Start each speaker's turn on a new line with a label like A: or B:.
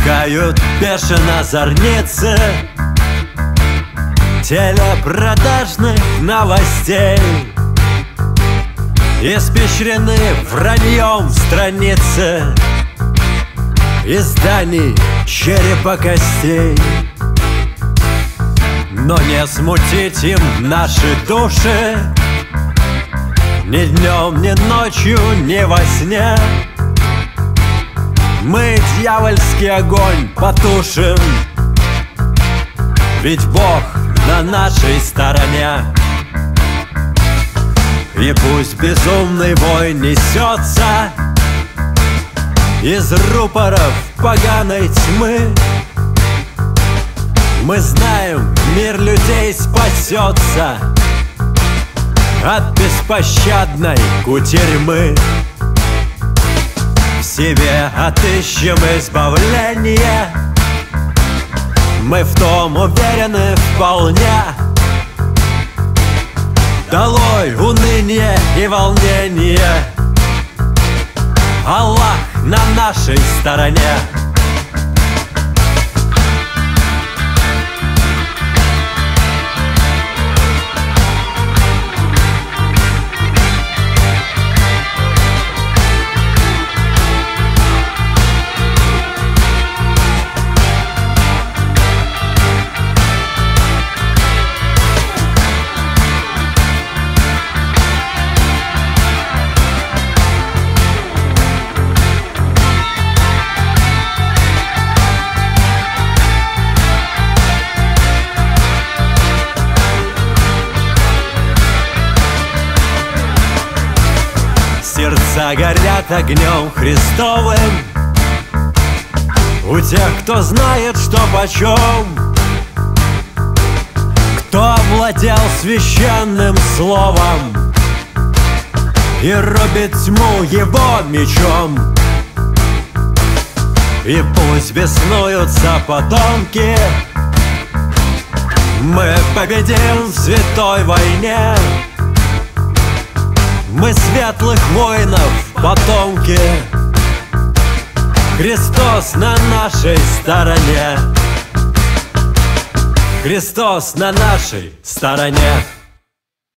A: Сверкают бешено зорницы телепродажных новостей, испещрены враньем страницы изданий черепа костей. Но не смутить им наши души ни днем, ни ночью, ни во сне. Мы дьявольский огонь потушим, ведь Бог на нашей стороне. И пусть безумный вой несется из рупоров поганой тьмы, мы знаем, мир людей спасется от беспощадной кутерьмы. В себе отыщем избавление, мы в том уверены вполне. Долой уныние и волнение, Аллах на нашей стороне. Сердца горят огнем Христовым у тех, кто знает, что почем, кто овладел священным словом и рубит тьму его мечом. И пусть беснуются потомки, мы победим в святой войне. Мы светлых воинов потомки, Христос на нашей стороне. Христос на нашей стороне.